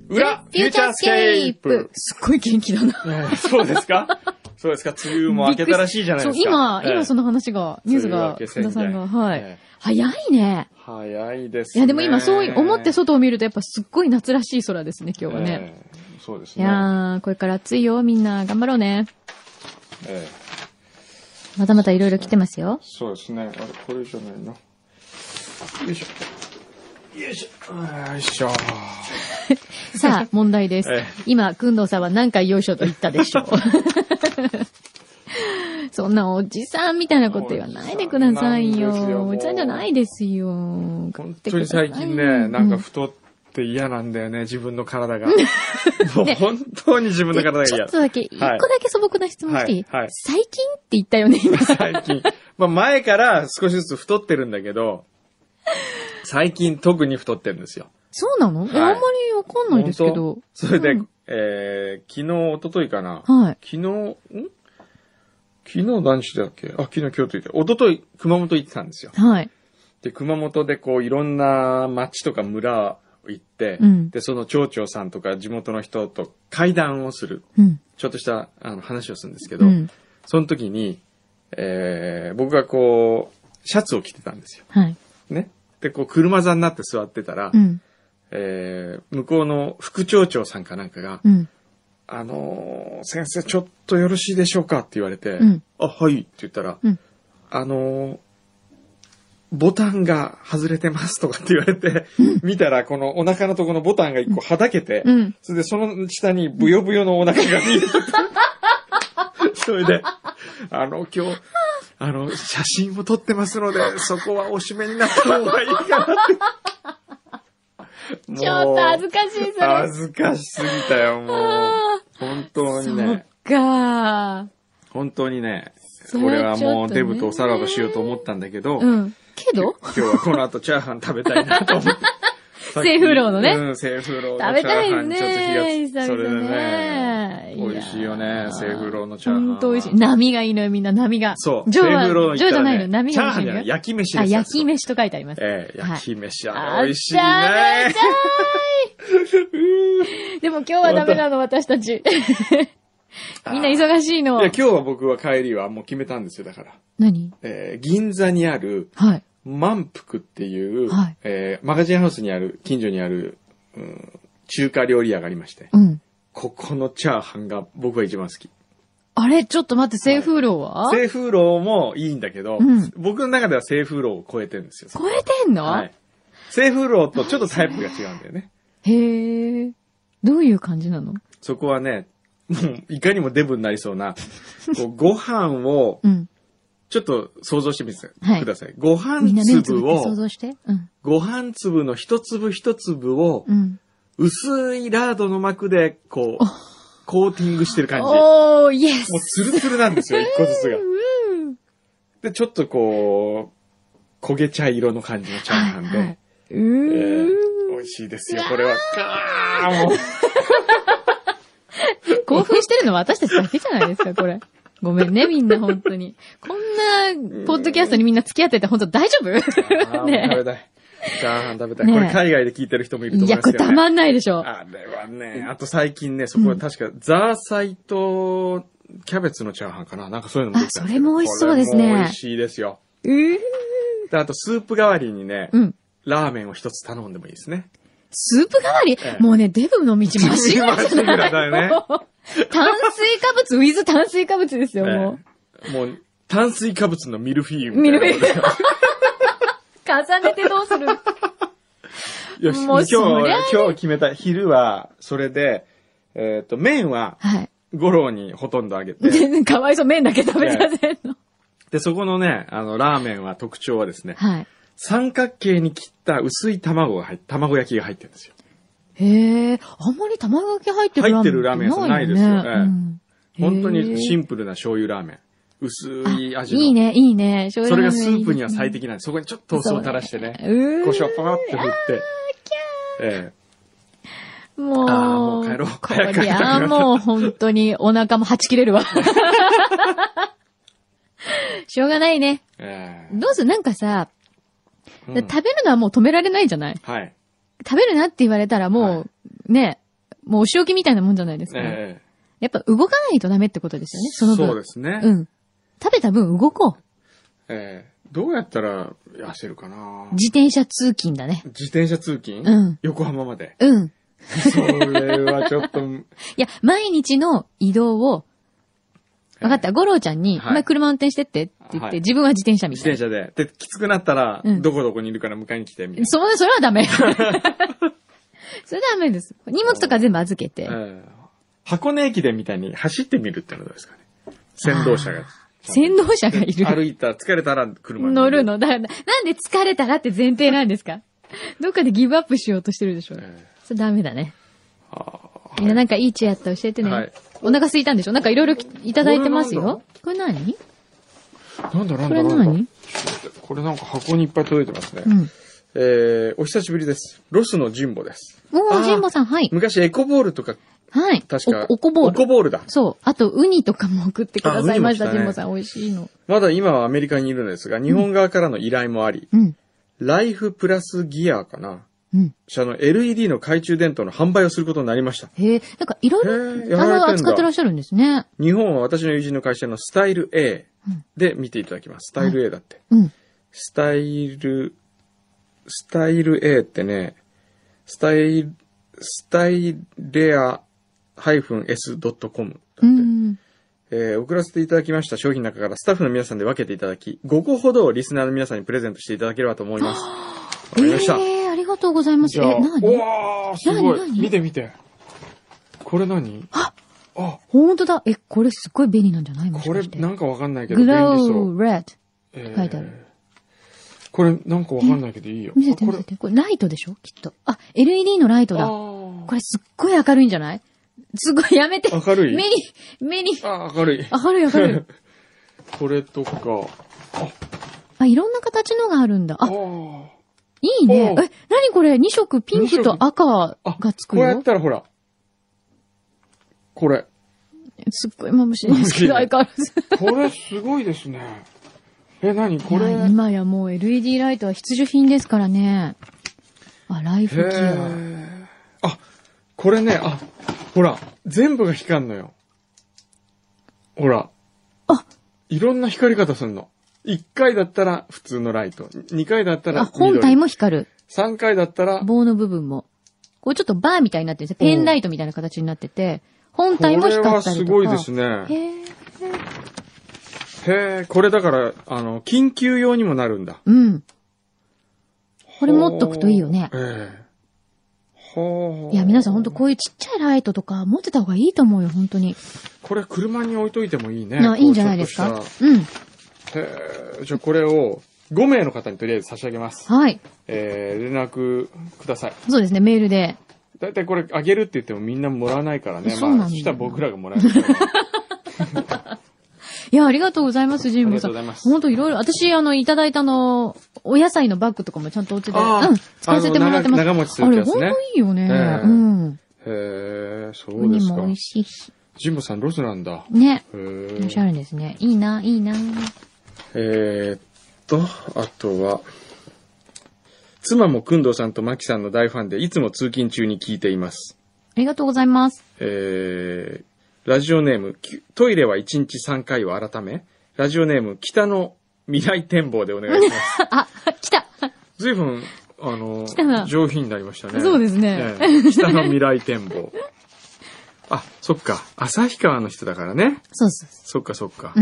裏フューチャースケープ。 すっごい元気だな。 そうですかそうですか。梅雨も明けたらしいじゃないですか。 そう、今その話が、ニュースが、福田さんが、はい。早いね。 早いですね。 いや、でも今そう思って外を見るとやっぱすっごい夏らしい空ですね、今日はね。 そうですね。 いやー、これから暑いよ、みんな。頑張ろうね。またまたいろいろ来てますよ。 そうですね。あれ、これじゃないの。よいしょ。よいしょ。よいしょ。 さあ、問題です。今、くんどうさんは何回よいしょと言ったでしょう。そんなおじさんみたいなこと言わないでくださいよ。おじさんじゃないですよ。 本当に最近ね、なんか太って嫌なんだよね、自分の体が。もう本当に自分の体が嫌。 ちょっとだけ、一個だけ素朴な質問していい？最近って言ったよね、今。 最近。まあ前から少しずつ太ってるんだけど、最近特に太ってるんですよ。 そうなの？あんまりわかんないですけど。 それで、昨日、一昨日かな。 はい。 昨日何日だっけ？昨日京都行って、一昨日熊本行ってたんですよ。 はい。 で、熊本でこういろんな町とか村行って、で、その町長さんとか地元の人と会談をする。ちょっとした話をするんですけど、その時に、僕がこう、シャツを着てたんですよ。 はい。 ね。で、こう車座になって座ってたら、向こうの副町長さんかなんかが、先生ちょっとよろしいでしょうかって言われて、はいって言ったら、ボタンが外れてますとかって言われて、見たらこのお腹のところのボタンが一個はだけて、それでその下にブヨブヨのお腹が見えてそれで、今日、写真を撮ってますので、そこはお締めになった方がいいかなって。 ちょっと恥ずかしい、それ。 恥ずかしすぎたよ、もう。本当にね。 そっか。 本当にね、俺はもうデブとおさらばしようと思ったんだけど、 けど今日はこの後チャーハン食べたいなと思って。 清風楼のね。 清風楼のチャーハン。 食べたいね。 ちょっと火がそれでね。 美味しいよね、清風楼のチャーハン。 本当美味しい。波がいいのよ、みんな波が。 そう。 ジョーじゃないの、波がチャーハンじゃない、焼き飯です。 焼き飯と書いてあります。 焼き飯美味しいね。 でも今日はダメなの、私たち。みんな忙しいの。 いや、今日は僕は帰りはもう決めたんですよ、だから。 何？ 銀座にある、 はい。 満腹っていう、マガジンハウスにある、近所にある、中華料理屋がありまして、ここのチャーハンが僕が一番好き。 あれちょっと待って、清風楼は？ 清風楼もいいんだけど、僕の中では清風楼を超えてるんですよ。 超えてんの？ はい。清風楼とちょっとタイプが違うんだよね。 へえ。どういう感じなの？ そこはね、もういかにもデブになりそうな、ご飯を、ちょっと想像してみてください。ご飯粒を、ご飯粒の一粒一粒を、薄いラードの膜で、こう、コーティングしてる感じ。 おー、イエス！ もうツルツルなんですよ、一個ずつが。で、ちょっとこう、焦げ茶色の感じのチャーハンで、美味しいですよ、これは。もう。 興奮してるのは私たちだけじゃないですか、これ。ごめんね、みんな、本当に。こんな、ポッドキャストにみんな付き合ってて、本当大丈夫？ ね、食べたい。チャーハン食べたい。これ海外で聞いてる人もいると思いますけどね。 いや、これたまんないでしょ。 あれはね、あと最近ね、そこは確か、ザーサイとキャベツのチャーハンかな。なんかそういうのもできたんですよ。 それも美味しそうですね。 美味しいですよ。あと、スープ代わりにね、ラーメンを一つ頼んでもいいですね。 スープ代わり、もうね、デブの道まっしぐらじゃないだよね。 炭水化物、ウィズ炭水化物ですよ、もう。もう、炭水化物のミルフィーユみたいな。ミルフィーユ。重ねてどうする？ よし、今日決めた。昼は、それで、麺は、五郎にほとんどあげて。 かわいそう、麺だけ食べさせんの。 で、そこのね、ラーメンは特徴はですね、三角形に切った薄い卵焼きが入ってるんですよ。 へえ、あんまり卵焼き入ってるラーメンはないですよ。本当にシンプルな醤油ラーメン。薄い味の。 いいね、いいね。 それがスープには最適なんです。そこにちょっとお酢を垂らしてね。胡椒パパって振って。もう帰ろう。 こりゃもう本当にお腹もはち切れるわ。しょうがないね。どうする？なんかさ、食べるのはもう止められないじゃない？ はい。 食べるなって言われたらもう、ね、 もうお仕置きみたいなもんじゃないですか。やっぱ動かないとダメってことですよね、その分。 そうですね。 うん。食べた分動こう。どうやったら痩せるかな。 自転車通勤だね。 自転車通勤？ うん。 横浜まで。 うん。 それはちょっと。いや、毎日の移動を、分かった、五郎ちゃんに、お前車運転してってって言って、自分は自転車みたいな。 自転車で。で、きつくなったら、どこどこにいるから迎えに来てみたいな。 それはダメ。それダメです。荷物とか全部預けて。 箱根駅伝みたいに走ってみるってのはどうですかね。先導車が。 先導車がいる。 歩いたら疲れたら車に乗るの。だから、なんで疲れたらって前提なんですか？どっかでギブアップしようとしてるでしょ。それダメだね。みんななんかいい知恵あったら教えてね。はい。お腹空いたんでしょ？なんかいろいろいただいてますよ。これ何？ なんだこれ何？ これなんか箱にいっぱい届いてますね。お久しぶりです。ロスのジンボです。 ジンボさん、はい。 昔エコボールとか、 はい。 確か。 おこボール。 おこボールだ。 そう。あと、ウニとかも送ってくださいました、ジンボさん。美味しいの。 まだ今はアメリカにいるのですが、日本側からの依頼もあり、ライフプラスギアかな。LED の懐中電灯の販売をすることになりました。 なんかいろいろ、扱ってらっしゃるんですね。 日本は私の友人の会社のスタイル A で見ていただきます。スタイル A だって。スタイル A ってね、スタイレア-s.com だって。送らせていただきました商品の中からスタッフの皆さんで分けていただき、5個ほどをリスナーの皆さんにプレゼントしていただければと思います。わかりました。 ありがとうございます。 何？うわー、すごい。見て見て。これ何？ ほんとだ。これすっごい便利なんじゃない？ これなんかわかんないけど便利そう。グローレッド。書いてある。 これなんかわかんないけどいいよ。 見せて見せて。これライトでしょ？きっと。LED のライトだ。これすっごい明るいんじゃない？すごい、やめて。 明るい？ 目に。 明るい。 明るい。 これとか。 いろんな形のがあるんだ。いいね。何これ ?2 色ピンクと赤がつくよ。 こうやったらほら。これ。 すっごい眩しいですけど、相変わらず。 これすごいですね。何これ。 今やもう LED ライトは必需品ですからね。ライフギア。 これね、ほら、全部が光んのよ。ほら。いろんな光り方すんの。1回だったら普通のライト。2回だったら緑。 本体も光る。 3回だったら。 棒の部分も。これちょっとバーみたいになってるんですね。ペンライトみたいな形になってて、本体も光ったりとか。これはすごいですね。これだから、緊急用にもなるんだ。 これ持っとくといいよね。いや、皆さん本当こういうちっちゃいライトとか持ってた方がいいと思うよ、本当に。 これ車に置いといてもいいね。 いいんじゃないですか。 じゃあこれを5名の方にとりあえず差し上げます。 はい。 連絡ください。 そうですね、メールで。 だいたいこれあげるって言ってもみんなもらわないからね。そうなんだ。そしたら僕らがもらえるから。 いや、ありがとうございます、ジンボさん。 ありがとうございます。 本当いろいろ、私、いただいたお野菜のバッグとかもちゃんとお家で、使わせてもらってます。 長持ちするやつね。 あれ、本当いいよね。 そうですか。 ウニも美味しいし。 ジンボさんロスなんだ。 ね。おしゃれですね。いいな。 あとは、妻もくんどうさんとまきさんの大ファンで、いつも通勤中に聞いています。 ありがとうございます。 ラジオネーム、トイレは1日3回を改め、ラジオネーム、北の未来展望でお願いします。 来た。 随分、上品になりましたね。 そうですね。 北の未来展望。そっか。旭川の人だからね。 そうそう。 そっかそっか。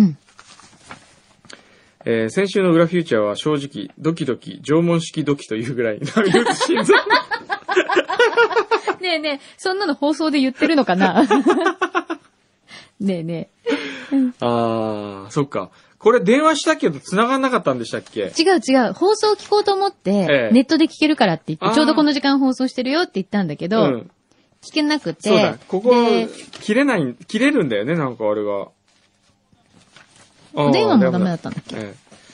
先週の裏フューチャーは正直、ドキドキ、縄文式ドキというぐらい波打つ心臓。 ねえ、そんなの放送で言ってるのかなねえ。 そっか。これ電話したけど繋がんなかったんでしたっけ？ 違う。放送聞こうと思って、ネットで聞けるからって言って、ちょうどこの時間放送してるよって言ったんだけど、聞けなくて。 そうだ。ここ、切れるんだよね、なんかあれが。 お電話もダメだったんだっけ？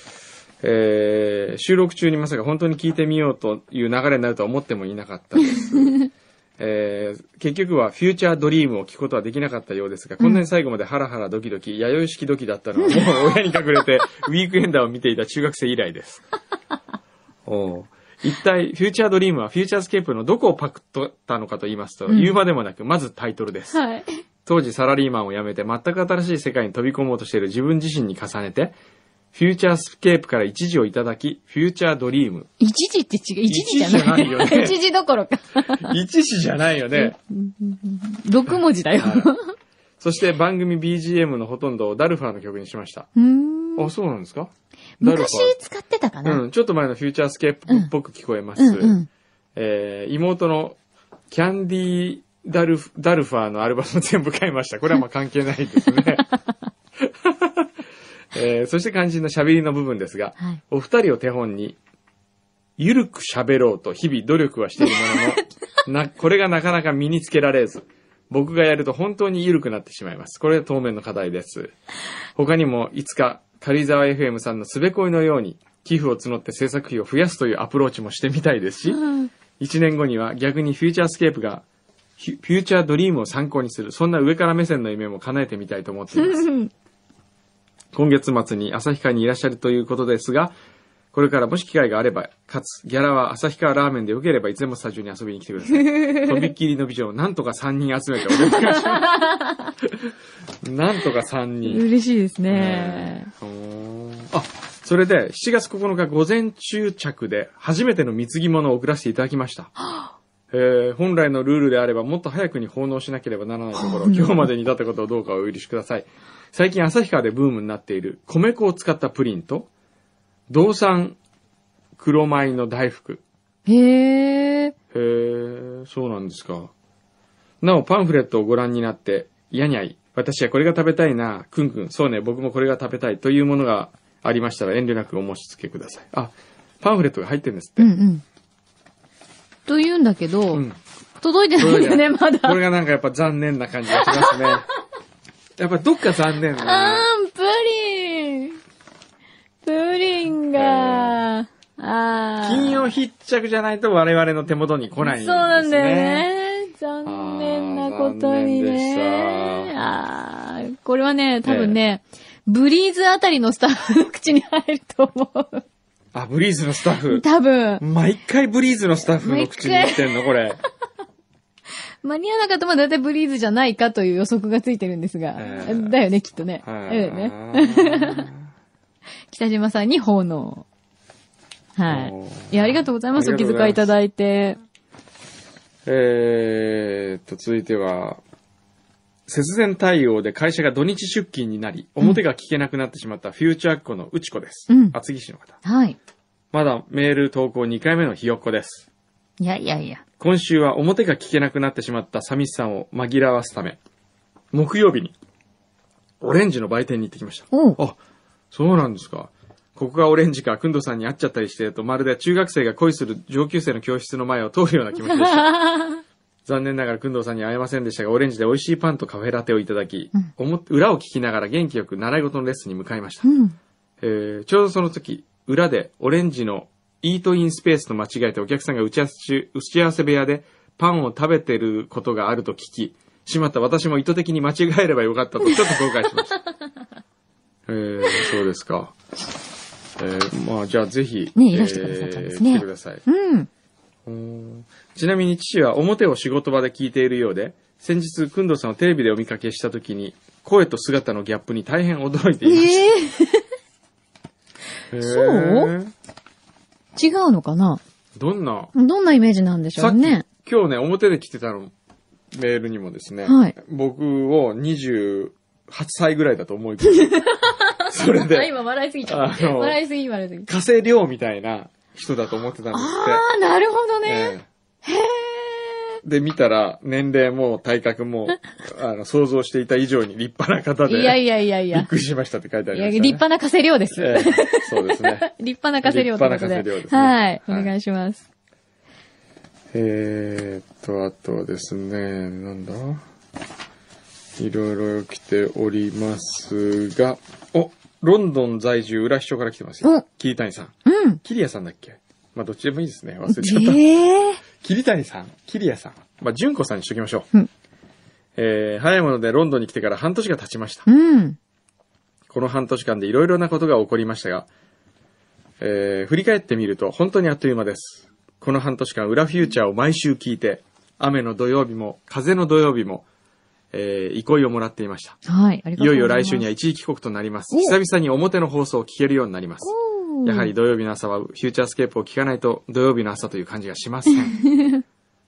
収録中にまさか本当に聞いてみようという流れになるとは思ってもいなかったです。結局はフューチャードリームを聞くことはできなかったようですが、こんなに最後までハラハラドキドキ、弥生式ドキだったのはもう親に隠れてウィークエンダーを見ていた中学生以来です。 一体、フューチャードリームはフューチャースケープのどこをパクったのかと言いますと、言うまでもなく、まずタイトルです。 はい。 当時サラリーマンを辞めて全く新しい世界に飛び込もうとしている自分自身に重ねて、フューチャースケープから一時をいただき、フューチャードリーム。 一時って違う。一時じゃない。 よね。 一時どころか。 一時じゃないよね。 6文字だよ。 そして番組 BGM のほとんどをダルファーの曲にしました。あ、そうなんですか？ 昔使ってたかな？ うん、ちょっと前のフューチャースケープっぽく聞こえます。妹のキャンディーダルファーのアルバム全部買いました。これはまあ関係ないですね。そして肝心の喋りの部分ですが、はい、お二人を手本に、ゆるく喋ろうと日々努力はしているものの、これがなかなか身につけられず、僕がやると本当にゆるくなってしまいます。これが当面の課題です。他にも、いつか軽井沢 FM さんのすべこいのように、寄付を募って制作費を増やすというアプローチもしてみたいですし、1年後には逆にフューチャースケープが、フューチャードリームを参考にする、そんな上から目線の夢も叶えてみたいと思っています。今月末に旭川にいらっしゃるということですが、これからもし機会があれば、かつ、ギャラは旭川ラーメンでよければいつでもスタジオに遊びに来てください。とびっきりの美女をなんとか3人集めてお願いします。なんとか3人。 嬉しいですね。 あ、それで、7月9日午前中着で初めての貢ぎ物を送らせていただきました。本来のルールであればもっと早くに奉納しなければならないところ、今日までに至ったことをどうかお許しください。最近旭川でブームになっている米粉を使ったプリンと、道産黒米の大福。そうなんですか。なおパンフレットをご覧になって、やにゃい、私はこれが食べたいな、くんくん、そうね、僕もこれが食べたいというものがありましたら遠慮なくお申し付けください。あ、パンフレットが入ってるんですって。 と言うんだけど、届いてないよね、まだ。 これがなんかやっぱ残念な感じがしますね。やっぱどっか残念な。 プリンが、 金曜必着じゃないと我々の手元に来ないんですね。 そうなんだよね。残念なことにね。これはね、多分ね、ブリーズあたりのスタッフの口に入ると思う。 あ、ブリーズのスタッフ。 多分。 毎回ブリーズのスタッフの口に入ってんのこれ。 間に合わなかったらだいたいブリーズじゃないかという予測がついてるんですが。だよね、きっとね。だよね。北島さんに奉納。はい。いや、ありがとうございます。お気遣いいただいて。 続いては、節電対応で会社が土日出勤になり、表が聞けなくなってしまったフューチャーっ子のうちこです。厚木市の方。 はい。 まだメール投稿2回目のひよっこです。 いやいやいや。 今週は表が聞けなくなってしまった寂しさを紛らわすため、木曜日にオレンジの売店に行ってきました。あ、そうなんですか。ここがオレンジか、くんどさんに会っちゃったりしてると、まるで中学生が恋する上級生の教室の前を通るような気持ちでした。残念ながらくんどさんに会えませんでしたが、オレンジで美味しいパンとカフェラテをいただき、裏を聞きながら元気よく習い事のレッスンに向かいました。ちょうどその時、裏でオレンジのイートインスペースと間違えてお客さんが打ち合わせ部屋でパンを食べてることがあると聞き、しまった私も意図的に間違えればよかったとちょっと後悔しました。そうですか。まあじゃあぜひ、 ね、いらしてくださったんですね。 来てください。ちなみに父は表を仕事場で聞いているようで、先日くんどさんをテレビでお見かけしたときに声と姿のギャップに大変驚いていました。 そう違うのかな？どんなイメージなんでしょうね。 今日ね、表で来てたの、メールにもですね、僕を28歳ぐらいだと思い込んで、それで、 今笑いすぎちゃった。笑いすぎ。 加瀬亮みたいな人だと思ってたんですって。 ああ、なるほどね。へえ。 で、見たら、年齢も体格も、想像していた以上に立派な方で。 いや。 びっくりしましたって書いてありました、ね。 立派な加瀬亮です。 そうですね。 立派な加瀬亮ということで。 立派な加瀬亮ですね。 はい。お願いします。 あとですね、なんだいろいろ来ておりますが、ロンドン在住裏秘書から来てますよ。桐谷さん。桐谷さんだっけ？まあ、どっちでもいいですね。忘れちゃった。桐谷さん、桐谷さん。まあ、純子さんにしときましょう。早いものでロンドンに来てから半年が経ちました。この半年間でいろいろなことが起こりましたが、振り返ってみると本当にあっという間です。 この半年間、裏フューチャーを毎週聞いて、雨の土曜日も、風の土曜日も、憩いをもらっていました。 はい、ありがとうございます。 いよいよ来週には一時帰国となります。久々に表の放送を聞けるようになります。やはり土曜日の朝はフューチャースケープを聞かないと土曜日の朝という感じがしません。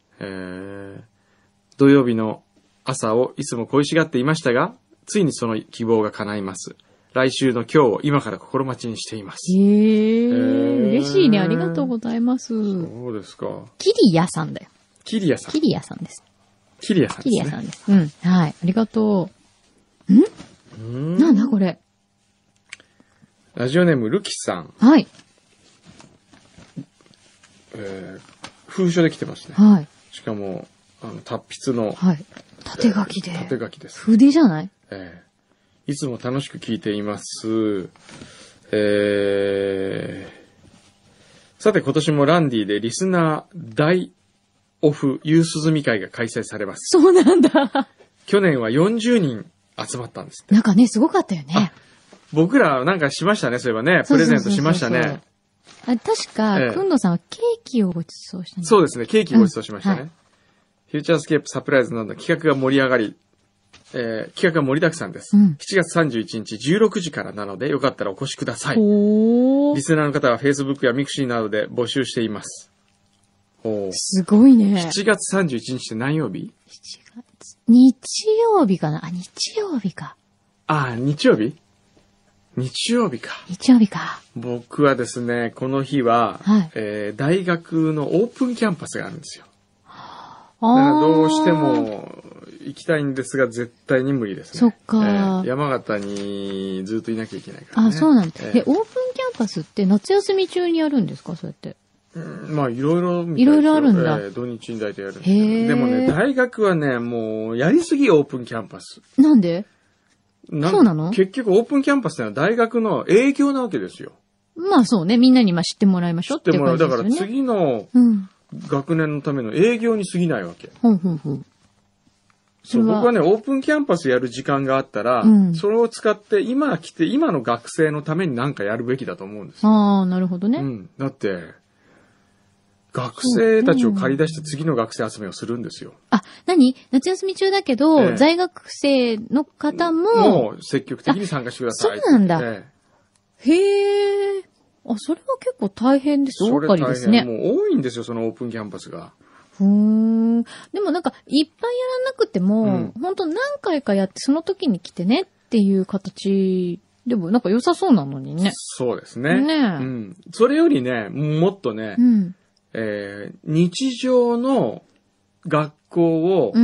土曜日の朝をいつも恋しがっていましたが、ついにその希望が叶います。来週の今日を今から心待ちにしています。 嬉しいね。ありがとうございます。 そうですか。 キリヤさんだよ。 キリヤさん。 キリヤさんです。 キリヤさんですね。 キリヤさんです。うん。はい。ありがとう。なんだこれ。 ラジオネームルキさん。 はい。 封書で来てますね。 はい。 しかも、達筆の。 はい。縦書きで。 縦書きです。 筆じゃない？ いつも楽しく聞いています。さて今年もランディでリスナー大オフユース積み会が開催されます。 そうなんだ。去年は40人集まったんですって。 なんかね、すごかったよね。 僕らなんかしましたね、そういえばね。プレゼントしましたね。 確か、くんのさんはケーキをご馳走したんです。 そうですね、ケーキご馳走しましたね。フューチャースケープサプライズなど企画が盛り上がり、企画が盛りだくさんです。7月31日16時からなので、よかったらお越しください。リスナーの方は Facebook やミクシーなどで募集しています。 すごいね。 7月31日って何曜日？ 7月。日曜日かな？日曜日か。 日曜日？日曜日か。 日曜日か。 僕はですね、この日は、大学のオープンキャンパスがあるんですよ。だからどうしても行きたいんですが、絶対に無理ですね。 そっか、 山形にずっといなきゃいけないからね。 そうなんだ。オープンキャンパスって夏休み中にやるんですか、そうやって。 まあ、いろいろあるんだ。 土日に大体やるんですけど。でもね、大学はね、もう、やりすぎオープンキャンパス。 なんで？そうなの？ 結局オープンキャンパスってのは大学の営業なわけですよ。 まあそうね、みんなに知ってもらいましょうって感じですよね。 だから次の学年のための営業に過ぎないわけ。そう、僕はね、オープンキャンパスやる時間があったら、それを使って今来て、今の学生のために何かやるべきだと思うんですよ。 なるほどね。 だって、学生たちを借り出して次の学生集めをするんですよ。 夏休み中だけど、在学生の方も積極的に参加してください。 そうなんだ。へえ。それは結構大変です。大掛かりですね。 もう多いんですよ、そのオープンキャンパスが。 でもなんか、いっぱいやらなくても、本当何回かやってその時に来てねっていう形でもなんか良さそうなのにね。 そうですね。それよりね、もっとね、日常の学校を、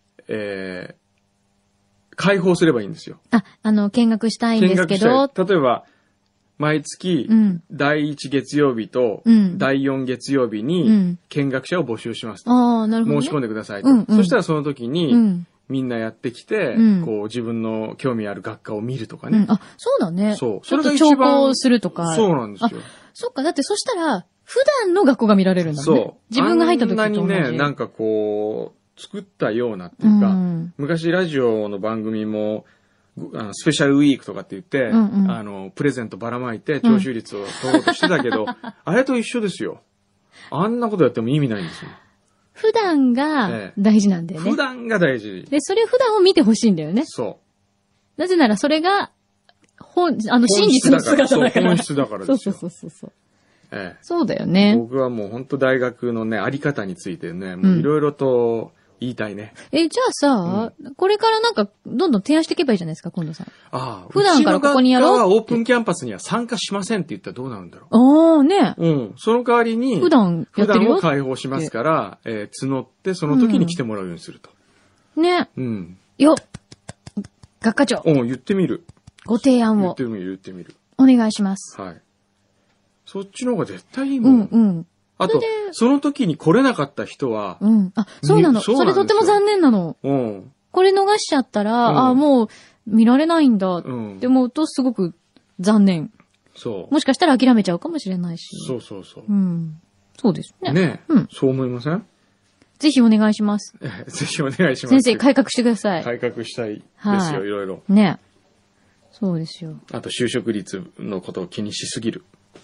開放すればいいんですよ。 見学したいんですけど。 例えば、毎月、第1月曜日と、第4月曜日に、見学者を募集しますと。 なるほどね。 申し込んでくださいと。そしたらその時に、みんなやってきて、こう自分の興味ある学科を見るとかね。 そうだね。 そう。 それが一番。聴講するとか。 そうなんですよ。 そっか、だってそしたら、普段の学校が見られるんだもんね。そう。自分が入った時と同じ。 あんなにね、なんかこう、作ったようなっていうか、昔ラジオの番組も、スペシャルウィークとかって言って、プレゼントばらまいて聴取率を取ろうとしてたけど、あれと一緒ですよ。あんなことやっても意味ないんですよ。 普段が大事なんだよね。 普段が大事。 で、それ普段を見てほしいんだよね。 そう。 なぜならそれが、真実の姿だから。 本質だからですよ。 そう。そうだよね。 僕はもう本当大学のね、あり方についてね、もういろいろと、言いたいね。 じゃあさ、これからなんか、どんどん提案していけばいいじゃないですか、今度さん。普段からここにやろう。 うちの学科はオープンキャンパスには参加しませんって言ったらどうなるんだろう。 ね。 その代わりに、 普段を開放しますから、募って、その時に来てもらうようにすると。 ね。よっ。学科長。 言ってみる。 ご提案を。 言ってみる。 お願いします。 はい。そっちの方が絶対いいもん。あと、その時に来れなかった人は、 そうなの。それとても残念なの。これ逃しちゃったら、もう見られないんだって思うとすごく残念。 そう。 もしかしたら諦めちゃうかもしれないし。 そう。 そうですね。 ね。そう思いません？ ぜひお願いします。 ぜひお願いします。 先生、改革してください。 改革したいですよ、いろいろ。 ね。そうですよ。 あと、就職率のことを気にしすぎる。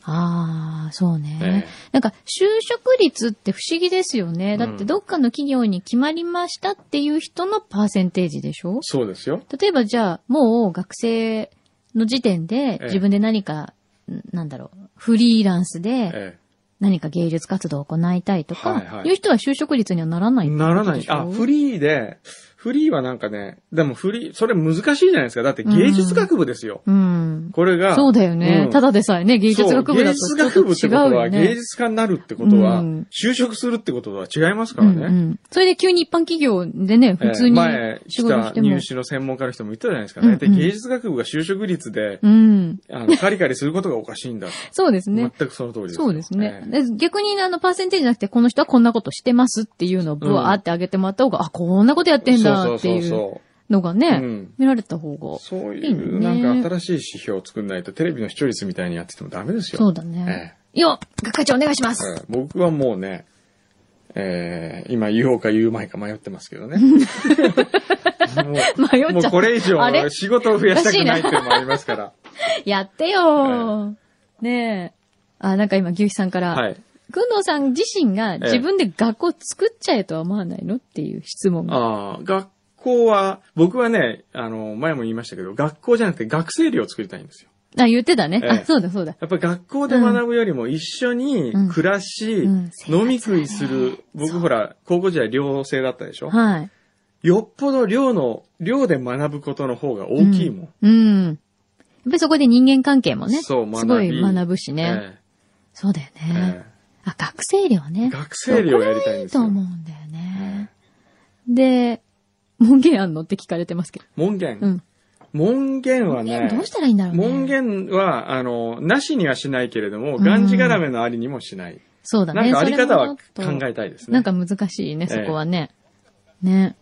ああ、そうね。なんか、就職率って不思議ですよね。だってどっかの企業に決まりましたっていう人のパーセンテージでしょ？ そうですよ。 例えばじゃあ、もう学生の時点で自分で何か、なんだろう、フリーランスで何か芸術活動を行いたいとか、いう人は就職率にはならないってことでしょ？ ならない。フリーはなんかね、でもそれ難しいじゃないですか。だって芸術学部ですよ。これが。 そうだよね。ただでさえね、芸術学部だとちょっと違うよね。芸術学部ってことは、芸術家になるってことは、就職するってことは違いますからね。 それで急に一般企業でね、普通に仕事しても。 入試の専門家の人も言ったじゃないですか。大体芸術学部が就職率で、カリカリすることがおかしいんだ。 そうですね。 全くその通りです。 そうですね。逆にパーセンテージじゃなくて、この人はこんなことしてますっていうのをブワーって上げてもらった方が、あ、こんなことやってんだっていうのがね、見られた方が。 そういうなんか新しい指標を作んないとテレビの視聴率みたいにやっててもダメですよ。 そうだね。学会長お願いします。 僕はもうね、今言おうか言う前か迷ってますけどね。 迷っちゃった。 もうこれ以上仕事を増やしたくないっていうのもありますから。 やってよねえ。なんか今牛肥さんから、くんどうさん自身が自分で学校作っちゃえとは思わないのっていう質問が。 学校は、僕はね、前も言いましたけど、学校じゃなくて学生寮を作りたいんですよ。 言ってたね。そうだそうだ。 やっぱ学校で学ぶよりも一緒に暮らし、飲み食いする、僕ほら、高校時代寮生だったでしょ？はい。よっぽど寮で学ぶことの方が大きいもん。 やっぱりそこで人間関係もね、すごい学ぶしね。そうだよね。学生寮ね。 学生寮やりたいんですよ。 いいと思うんだよね。で、門限あんのって聞かれてますけど。 門限はね。 どうしたらいいんだろうね。 門限は、なしにはしないけれども、がんじがらめのありにもしない。 そうだね。 なんかあり方は考えたいですね。 なんか難しいね、そこはね。ね。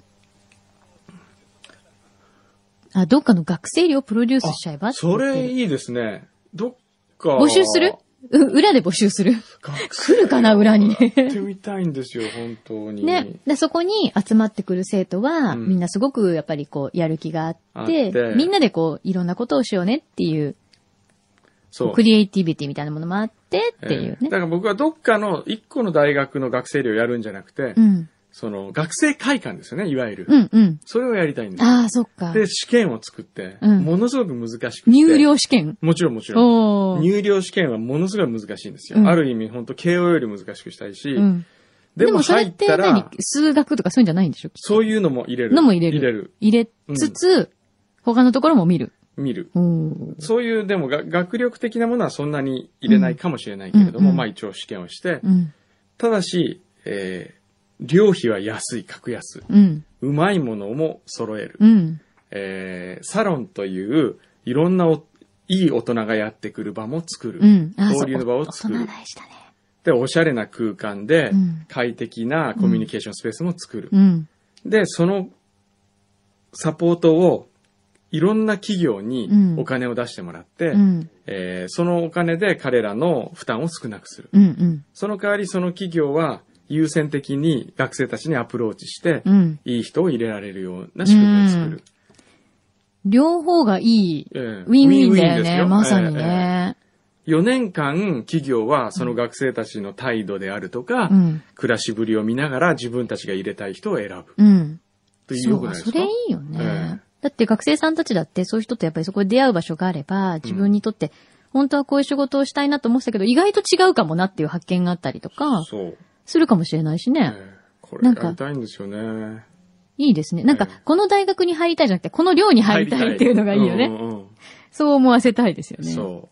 どっかの学生寮をプロデュースしちゃえばって。 それいいですね。どっか。 募集する？裏で募集する。来るかな、裏に。 やってみたいんですよ、本当に。 ね。で、そこに集まってくる生徒は、みんなすごくやっぱりやる気があって、みんなでいろんなことをしようねっていう、クリエイティビティみたいなものもあってっていうね。 だから僕はどっかの一個の大学の学生寮やるんじゃなくて、学生会館ですよね、いわゆる。それをやりたいんですよ。 そっか。 で、試験を作って、ものすごく難しくて。 入寮試験？ もちろんもちろん。入寮試験はものすごい難しいんですよ。ある意味、本当慶応より難しくしたいし。 でも入ったら。数学とかそういうんじゃないんでしょ？ そういうのも入れる。 入れつつ、他のところも見る。そういう、でも学力的なものはそんなに入れないかもしれないけれども、一応試験をして、ただし、寮費は安い、格安。うまいものも揃える。サロンといういろんないい大人がやってくる場も作る。交流の場を作る。で、おしゃれな空間で快適なコミュニケーションスペースも作る。で、そのサポートをいろんな企業にお金を出してもらって、そのお金で彼らの負担を少なくする。その代わりその企業は優先的に学生たちにアプローチして、いい人を入れられるような仕組みを作る。両方がいい。ウィンウィンだよね、まさにね。 4年間企業はその学生たちの態度であるとか、暮らしぶりを見ながら自分たちが入れたい人を選ぶ。というよくないですか？ それいいよね。だって学生さんたちだってそういう人とやっぱりそこで出会う場所があれば、自分にとって本当はこういう仕事をしたいなと思ってたけど、意外と違うかもなっていう発見があったりとか。するかもしれないしね。 これやりたいんですよね。 いいですね。なんか、この大学に入りたいじゃなくて、この寮に入りたいっていうのがいいよね。そう思わせたいですよね。 そう。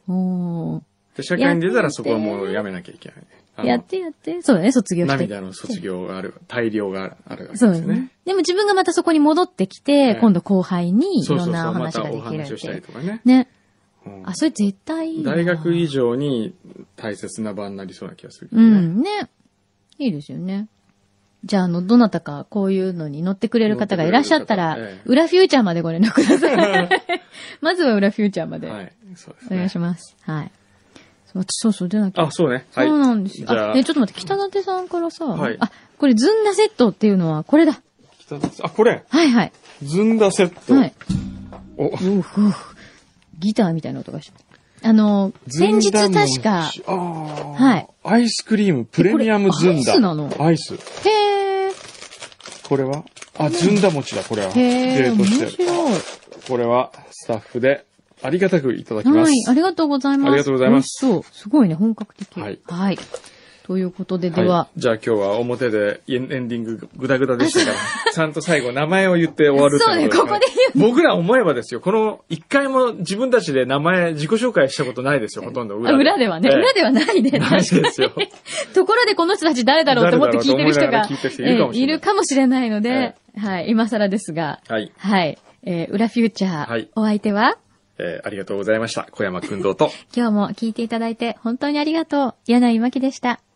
で、社会に出たらそこはもうやめなきゃいけない。 やって。そうだね、卒業して。 涙の卒業がある、大量があるわけですね。そうね。 でも自分がまたそこに戻ってきて、今度後輩にいろんなお話ができる。 またお話をしたりとかね。 ね。それ絶対いいな。 大学以上に大切な場になりそうな気がするけどね。 ね。いいですよね。じゃあ、どなたかこういうのに乗ってくれる方がいらっしゃったら、裏フューチャーまでご連絡ください。まずは裏フューチャーまで。はい。そうですね。お願いします。はい。そう、出なきゃ。 そうね。 はい。そうなんですよ。ちょっと待って、北舘さんからさ、これ、ずんだセットっていうのは、これだ。 これ。 はい。 ずんだセット。はい。 ギターみたいな音がします。 先日確か、はい。 アイスクリームプレミアムずんだ。 アイスなの？ アイス。 へー。 これはずんだ餅だ、これは。 へー。面白い。 これは、スタッフで、ありがたくいただきます。 はい、ありがとうございます。 ありがとうございます。 そう。すごいね、本格的。 はい。 はい。ということで、では、 じゃあ今日は表でエンディンググダグダでしたから、ちゃんと最後名前を言って終わるってことですね。 そうね、ここで言う。僕ら思えばですよ、この一回も自分たちで自己紹介したことないですよ、ほとんど裏ではね。裏ではないね。 ないですよ。 ところでこの人たち誰だろうと思って聞いてる人がいるかもしれないので、はい、今更ですが、はい。はい。裏フューチャー、お相手はありがとうございました。小山君堂と。 今日も聞いていただいて本当にありがとう。柳井真希でした。